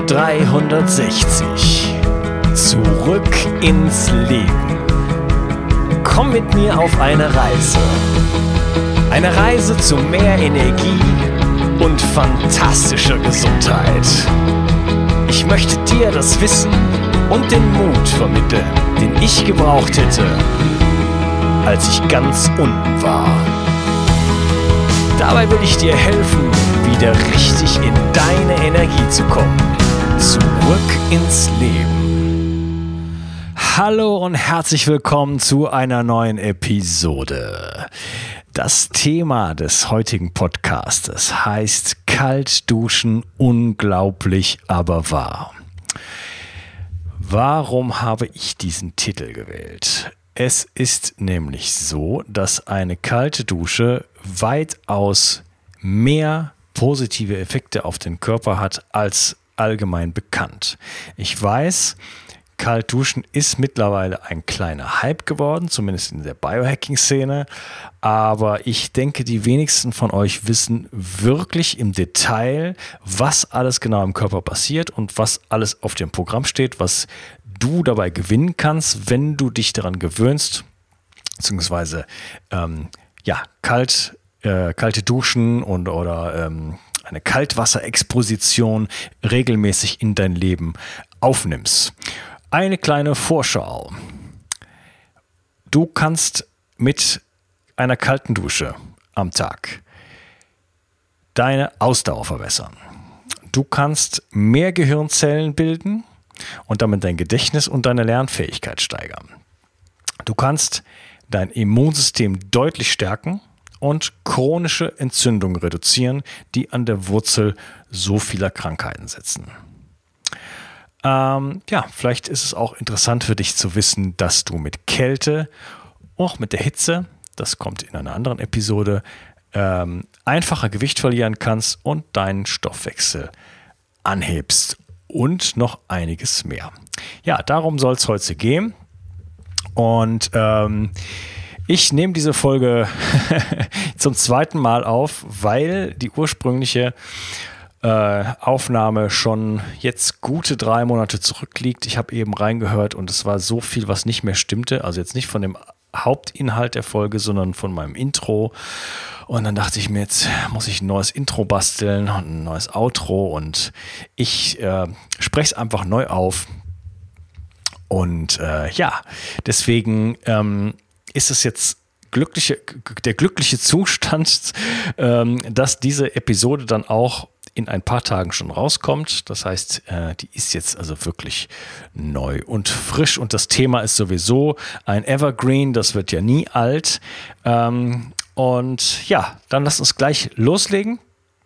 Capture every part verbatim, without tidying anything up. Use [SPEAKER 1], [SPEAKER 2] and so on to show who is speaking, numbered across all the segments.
[SPEAKER 1] dreihundertsechzig. Zurück ins Leben. Komm mit mir auf eine Reise. Eine Reise zu mehr Energie und fantastischer Gesundheit. Ich möchte dir das Wissen und den Mut vermitteln, den ich gebraucht hätte, als ich ganz unten war. Dabei will ich dir helfen, wieder richtig in deine Energie zu kommen. Zurück ins Leben. Hallo und herzlich willkommen zu einer neuen Episode. Das Thema des heutigen Podcastes heißt Kalt duschen, unglaublich aber wahr. Warum habe ich diesen Titel gewählt? Es ist nämlich so, dass eine kalte Dusche weitaus mehr positive Effekte auf den Körper hat als allgemein bekannt. Ich weiß, kalt duschen ist mittlerweile ein kleiner Hype geworden, zumindest in der Biohacking-Szene, aber ich denke, die wenigsten von euch wissen wirklich im Detail, was alles genau im Körper passiert und was alles auf dem Programm steht, was du dabei gewinnen kannst, wenn du dich daran gewöhnst, beziehungsweise ähm, ja, kalt, äh, kalte Duschen und oder ähm, eine Kaltwasserexposition regelmäßig in dein Leben aufnimmst. Eine kleine Vorschau. Du kannst mit einer kalten Dusche am Tag deine Ausdauer verbessern. Du kannst mehr Gehirnzellen bilden und damit dein Gedächtnis und deine Lernfähigkeit steigern. Du kannst dein Immunsystem deutlich stärken und chronische Entzündungen reduzieren, die an der Wurzel so vieler Krankheiten sitzen. Ähm, ja, vielleicht ist es auch interessant für dich zu wissen, dass du mit Kälte, auch mit der Hitze, das kommt in einer anderen Episode, ähm, einfacher Gewicht verlieren kannst und deinen Stoffwechsel anhebst. Und noch einiges mehr. Ja, darum soll es heute gehen. Und ähm, ich nehme diese Folge zum zweiten Mal auf, weil die ursprüngliche äh, Aufnahme schon jetzt gute drei Monate zurückliegt. Ich habe eben reingehört und es war so viel, was nicht mehr stimmte. Also jetzt nicht von dem Hauptinhalt der Folge, sondern von meinem Intro. Und dann dachte ich mir, jetzt muss ich ein neues Intro basteln und ein neues Outro und ich äh, spreche es einfach neu auf. Und äh, ja, deswegen ähm, ist es jetzt glückliche, der glückliche Zustand, ähm, dass diese Episode dann auch in ein paar Tagen schon rauskommt. Das heißt, äh, die ist jetzt also wirklich neu und frisch und das Thema ist sowieso ein Evergreen, das wird ja nie alt. Ähm, und ja, dann lasst uns gleich loslegen,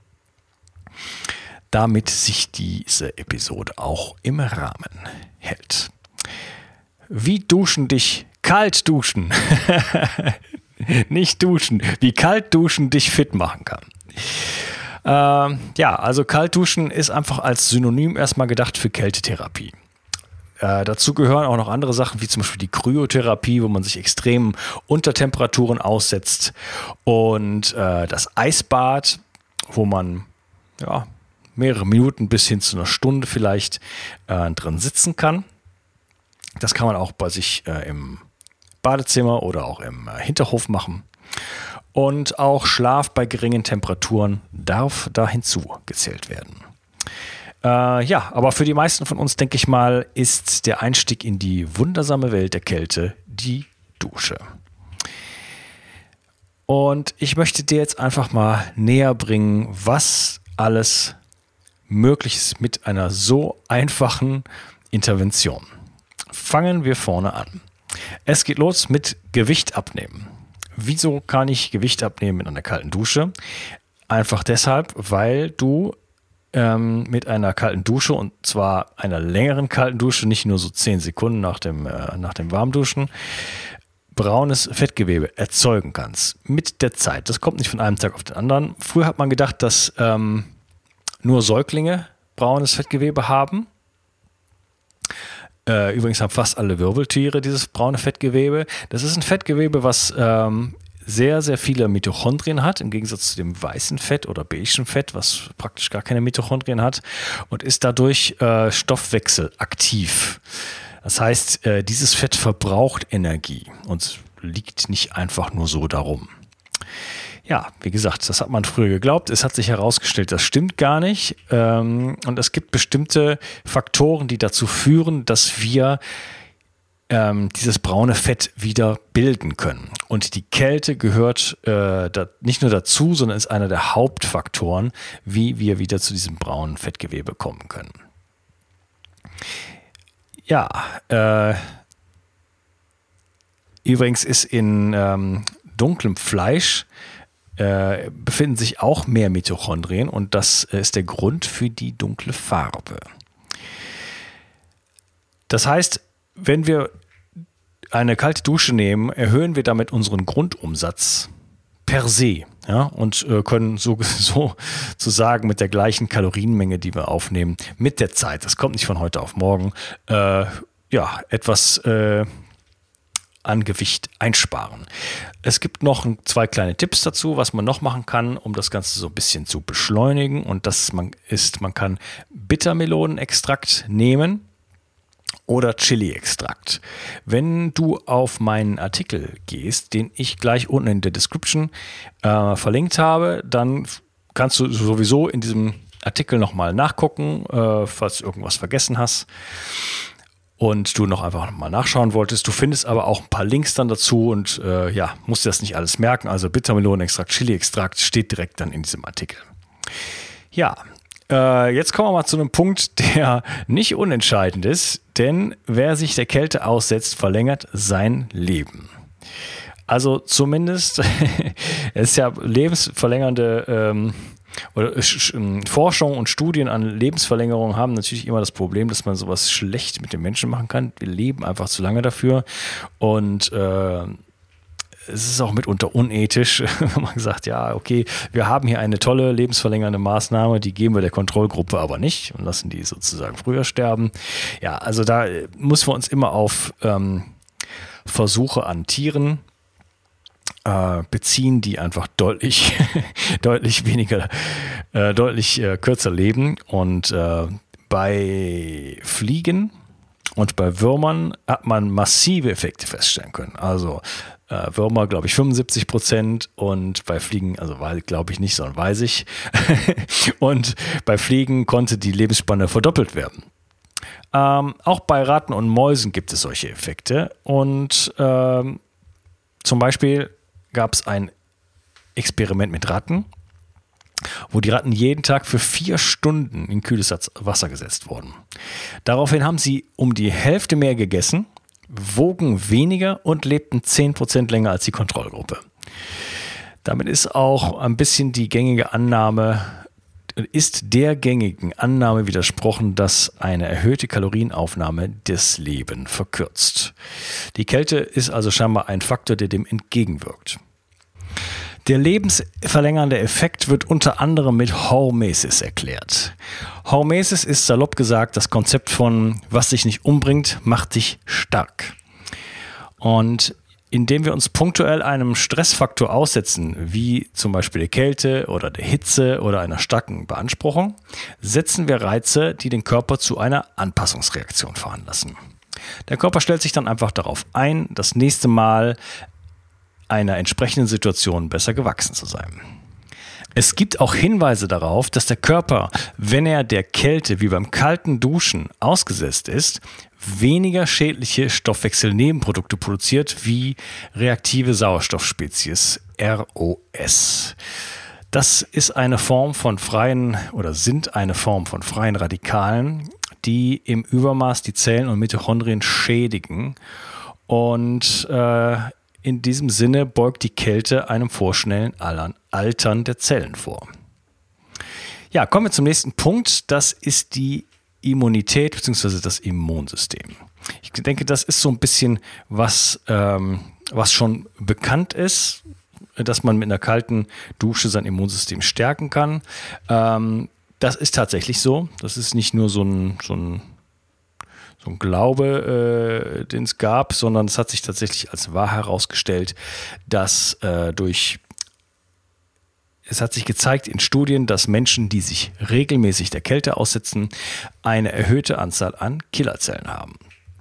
[SPEAKER 1] damit sich diese Episode auch im Rahmen hält. Wie duschen dich kalt duschen? Nicht duschen, wie kalt duschen dich fit machen kann. Ähm, ja, also Kaltduschen ist einfach als Synonym erstmal gedacht für Kältetherapie. Äh, dazu gehören auch noch andere Sachen, wie zum Beispiel die Kryotherapie, wo man sich extremen Untertemperaturen aussetzt. Und äh, das Eisbad, wo man ja, mehrere Minuten bis hin zu einer Stunde vielleicht äh, drin sitzen kann. Das kann man auch bei sich äh, im Badezimmer oder auch im äh, Hinterhof machen. Und auch Schlaf bei geringen Temperaturen darf da hinzugezählt werden. Äh, ja, aber für die meisten von uns, denke ich mal, ist der Einstieg in die wundersame Welt der Kälte die Dusche. Und ich möchte dir jetzt einfach mal näher bringen, was alles möglich ist mit einer so einfachen Intervention. Fangen wir vorne an. Es geht los mit Gewicht abnehmen. Wieso kann ich Gewicht abnehmen in einer kalten Dusche? Einfach deshalb, weil du ähm, mit einer kalten Dusche, und zwar einer längeren kalten Dusche, nicht nur so zehn Sekunden nach dem, äh, nach dem Warmduschen, braunes Fettgewebe erzeugen kannst. Mit der Zeit. Das kommt nicht von einem Tag auf den anderen. Früher hat man gedacht, dass ähm, nur Säuglinge braunes Fettgewebe haben. Übrigens haben fast alle Wirbeltiere dieses braune Fettgewebe. Das ist ein Fettgewebe, was ähm, sehr, sehr viele Mitochondrien hat, im Gegensatz zu dem weißen Fett oder beigen Fett, was praktisch gar keine Mitochondrien hat und ist dadurch äh, stoffwechselaktiv. Das heißt, äh, dieses Fett verbraucht Energie und liegt nicht einfach nur so darum. Ja, wie gesagt, das hat man früher geglaubt. Es hat sich herausgestellt, das stimmt gar nicht. Ähm, und es gibt bestimmte Faktoren, die dazu führen, dass wir ähm, dieses braune Fett wieder bilden können. Und die Kälte gehört äh, da nicht nur dazu, sondern ist einer der Hauptfaktoren, wie wir wieder zu diesem braunen Fettgewebe kommen können. Ja, äh, übrigens ist in ähm, dunklem Fleisch äh, befinden sich auch mehr Mitochondrien und das ist der Grund für die dunkle Farbe. Das heißt, wenn wir eine kalte Dusche nehmen, erhöhen wir damit unseren Grundumsatz per se, ja, und äh, können so, so zu sagen mit der gleichen Kalorienmenge, die wir aufnehmen, mit der Zeit, das kommt nicht von heute auf morgen, äh, ja, etwas äh, an Gewicht einsparen. Es gibt noch zwei kleine Tipps dazu, was man noch machen kann, um das Ganze so ein bisschen zu beschleunigen. Und das man ist, man kann Bittermelonenextrakt nehmen oder Chili-Extrakt. Wenn du auf meinen Artikel gehst, den ich gleich unten in der Description äh, verlinkt habe, dann kannst du sowieso in diesem Artikel nochmal nachgucken, äh, falls du irgendwas vergessen hast und du noch einfach mal nachschauen wolltest. Du findest aber auch ein paar Links dann dazu und äh, ja, musst dir das nicht alles merken. Also Bittermelonenextrakt, Chili-Extrakt steht direkt dann in diesem Artikel. Ja, äh, jetzt kommen wir mal zu einem Punkt, der nicht unentscheidend ist, denn wer sich der Kälte aussetzt, verlängert sein Leben. Also zumindest, es ist ja lebensverlängernde ähm, oder Forschung und Studien an Lebensverlängerung haben natürlich immer das Problem, dass man sowas schlecht mit den Menschen machen kann. Wir leben einfach zu lange dafür und äh, es ist auch mitunter unethisch, wenn man sagt, ja, okay, wir haben hier eine tolle lebensverlängernde Maßnahme, die geben wir der Kontrollgruppe aber nicht und lassen die sozusagen früher sterben. Ja, also da müssen wir uns immer auf ähm, Versuche an Tieren äh, beziehen, die einfach deutlich, deutlich weniger, äh, deutlich äh, kürzer leben. Und äh, bei Fliegen und bei Würmern hat man massive Effekte feststellen können. Also äh, Würmer, glaube ich, fünfundsiebzig Prozent und bei Fliegen, also glaube ich nicht, sondern weiß ich. Und bei Fliegen konnte die Lebensspanne verdoppelt werden. Ähm, auch bei Ratten und Mäusen gibt es solche Effekte. Und ähm, zum Beispiel gab es ein Experiment mit Ratten, wo die Ratten jeden Tag für vier Stunden in kühles Wasser gesetzt wurden. Daraufhin haben sie um die Hälfte mehr gegessen, wogen weniger und lebten zehn Prozent länger als die Kontrollgruppe. Damit ist auch ein bisschen die gängige Annahme, ist der gängigen Annahme widersprochen, dass eine erhöhte Kalorienaufnahme das Leben verkürzt. Die Kälte ist also scheinbar ein Faktor, der dem entgegenwirkt. Der lebensverlängernde Effekt wird unter anderem mit Hormesis erklärt. Hormesis ist salopp gesagt das Konzept von, was dich nicht umbringt, macht dich stark. Und indem wir uns punktuell einem Stressfaktor aussetzen, wie zum Beispiel der Kälte oder der Hitze oder einer starken Beanspruchung, setzen wir Reize, die den Körper zu einer Anpassungsreaktion veranlassen. Der Körper stellt sich dann einfach darauf ein, das nächste Mal einer entsprechenden Situation besser gewachsen zu sein. Es gibt auch Hinweise darauf, dass der Körper, wenn er der Kälte wie beim kalten Duschen ausgesetzt ist, weniger schädliche Stoffwechselnebenprodukte produziert wie reaktive Sauerstoffspezies R O S. Das ist eine Form von freien oder sind eine Form von freien Radikalen, die im Übermaß die Zellen und Mitochondrien schädigen und äh, in diesem Sinne beugt die Kälte einem vorschnellen Altern der Zellen vor. Ja, kommen wir zum nächsten Punkt. Das ist die Immunität bzw. das Immunsystem. Ich denke, das ist so ein bisschen was, ähm, was schon bekannt ist, dass man mit einer kalten Dusche sein Immunsystem stärken kann. Ähm, das ist tatsächlich so. Das ist nicht nur so ein, so ein So so ein Glaube, äh, den es gab, sondern es hat sich tatsächlich als wahr herausgestellt, dass äh, durch Es hat sich gezeigt in Studien, dass Menschen, die sich regelmäßig der Kälte aussetzen, eine erhöhte Anzahl an Killerzellen haben.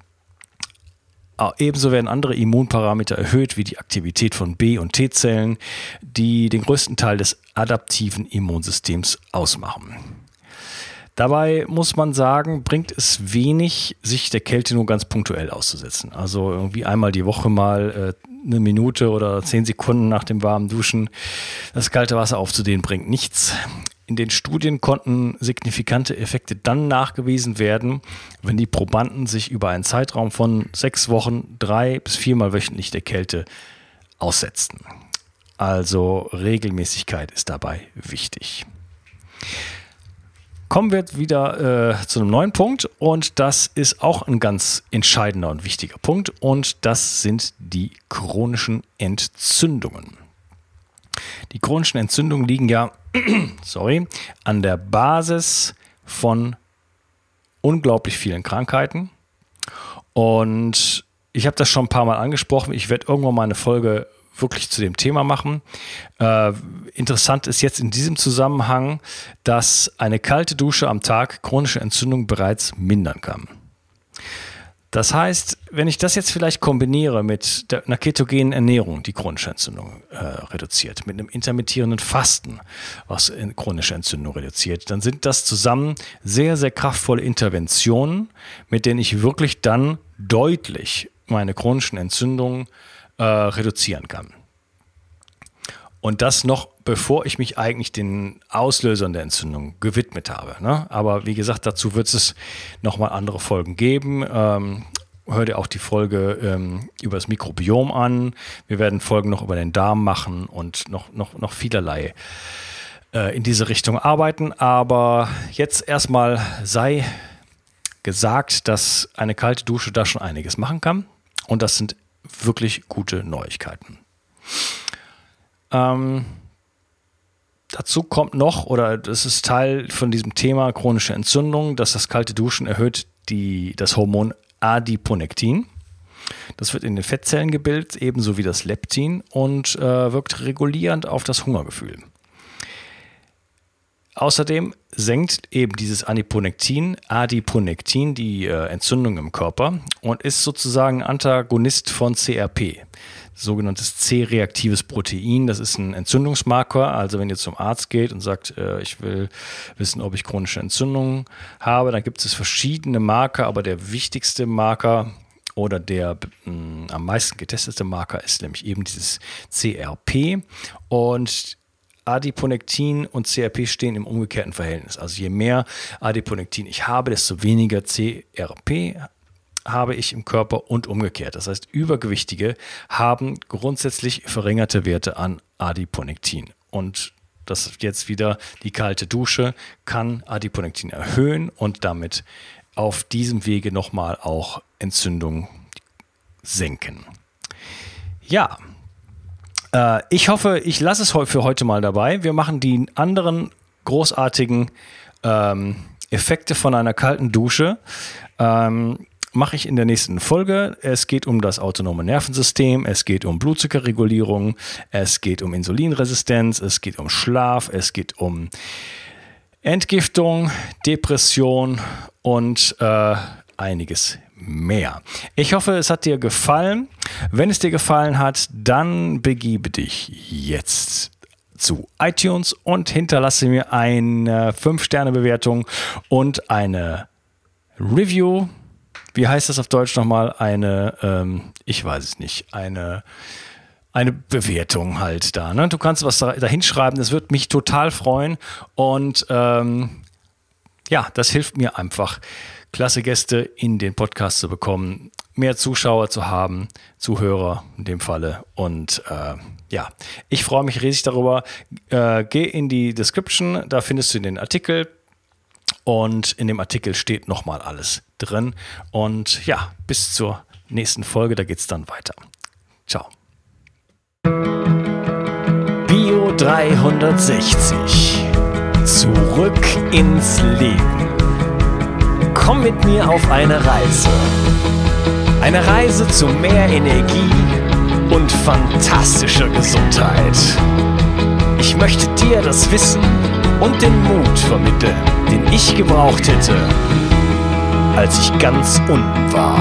[SPEAKER 1] Ebenso werden andere Immunparameter erhöht, wie die Aktivität von B- und T-Zellen, die den größten Teil des adaptiven Immunsystems ausmachen. Dabei muss man sagen, bringt es wenig, sich der Kälte nur ganz punktuell auszusetzen. Also irgendwie einmal die Woche mal äh, eine Minute oder zehn Sekunden nach dem warmen Duschen das kalte Wasser aufzudehnen, bringt nichts. In den Studien konnten signifikante Effekte dann nachgewiesen werden, wenn die Probanden sich über einen Zeitraum von sechs Wochen drei- bis viermal wöchentlich der Kälte aussetzten. Also Regelmäßigkeit ist dabei wichtig. Kommen wir wieder äh, zu einem neuen Punkt und das ist auch ein ganz entscheidender und wichtiger Punkt und das sind die chronischen Entzündungen. Die chronischen Entzündungen liegen ja sorry, an der Basis von unglaublich vielen Krankheiten und ich habe das schon ein paar Mal angesprochen, ich werde irgendwann mal eine Folge wirklich zu dem Thema machen. Äh, interessant ist jetzt in diesem Zusammenhang, dass eine kalte Dusche am Tag chronische Entzündung bereits mindern kann. Das heißt, wenn ich das jetzt vielleicht kombiniere mit der, einer ketogenen Ernährung, die chronische Entzündung äh, reduziert, mit einem intermittierenden Fasten, was chronische Entzündung reduziert, dann sind das zusammen sehr, sehr kraftvolle Interventionen, mit denen ich wirklich dann deutlich meine chronischen Entzündungen äh, reduzieren kann. Und das noch, bevor ich mich eigentlich den Auslösern der Entzündung gewidmet habe. Ne? Aber wie gesagt, dazu wird es nochmal andere Folgen geben. Ähm, hör dir auch die Folge ähm, über das Mikrobiom an. Wir werden Folgen noch über den Darm machen und noch, noch, noch vielerlei äh, in diese Richtung arbeiten. Aber jetzt erstmal sei gesagt, dass eine kalte Dusche da schon einiges machen kann. Und das sind wirklich gute Neuigkeiten. Ähm, dazu kommt noch, oder das ist Teil von diesem Thema chronische Entzündung, dass das kalte Duschen erhöht die, das Hormon Adiponektin. Das wird in den Fettzellen gebildet, ebenso wie das Leptin und äh, wirkt regulierend auf das Hungergefühl. Außerdem senkt eben dieses Adiponektin, Adiponektin die äh, Entzündung im Körper und ist sozusagen Antagonist von C R P, sogenanntes C-reaktives Protein. Das ist ein Entzündungsmarker. Also wenn ihr zum Arzt geht und sagt, äh, ich will wissen, ob ich chronische Entzündungen habe, dann gibt es verschiedene Marker, aber der wichtigste Marker oder der mh, am meisten getestete Marker ist nämlich eben dieses C R P und Adiponektin und C R P stehen im umgekehrten Verhältnis. Also je mehr Adiponektin ich habe, desto weniger C R P habe ich im Körper und umgekehrt. Das heißt, Übergewichtige haben grundsätzlich verringerte Werte an Adiponektin. Und das ist jetzt wieder die kalte Dusche, kann Adiponektin erhöhen und damit auf diesem Wege nochmal auch Entzündung senken. Ja, ich hoffe, ich lasse es für heute mal dabei. Wir machen die anderen großartigen ähm, Effekte von einer kalten Dusche. Ähm, mache ich in der nächsten Folge. Es geht um das autonome Nervensystem, es geht um Blutzuckerregulierung, es geht um Insulinresistenz, es geht um Schlaf, es geht um Entgiftung, Depression und äh, einiges mehr. Ich hoffe, es hat dir gefallen. Wenn es dir gefallen hat, dann begebe dich jetzt zu iTunes und hinterlasse mir eine fünf Sterne Bewertung und eine Review. Wie heißt das auf Deutsch nochmal? Eine, ähm, ich weiß es nicht, eine, eine Bewertung halt da. Ne? Du kannst was da, da hinschreiben, das wird mich total freuen und ähm, ja, das hilft mir einfach, klasse Gäste in den Podcast zu bekommen, mehr Zuschauer zu haben, Zuhörer in dem Falle. Und äh, ja, ich freue mich riesig darüber. Äh, geh in die Description, da findest du den Artikel. Und in dem Artikel steht nochmal alles drin. Und ja, bis zur nächsten Folge, da geht es dann weiter. Ciao. Bio dreihundertsechzig. Zurück ins Leben. komm mit mir auf eine Reise. Eine Reise zu mehr Energie und fantastischer Gesundheit. Ich möchte dir das Wissen und den Mut vermitteln, den ich gebraucht hätte, als ich ganz unten war.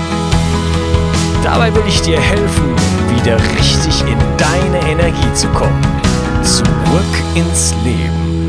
[SPEAKER 1] Dabei will ich dir helfen, wieder richtig in deine Energie zu kommen. Zurück ins Leben.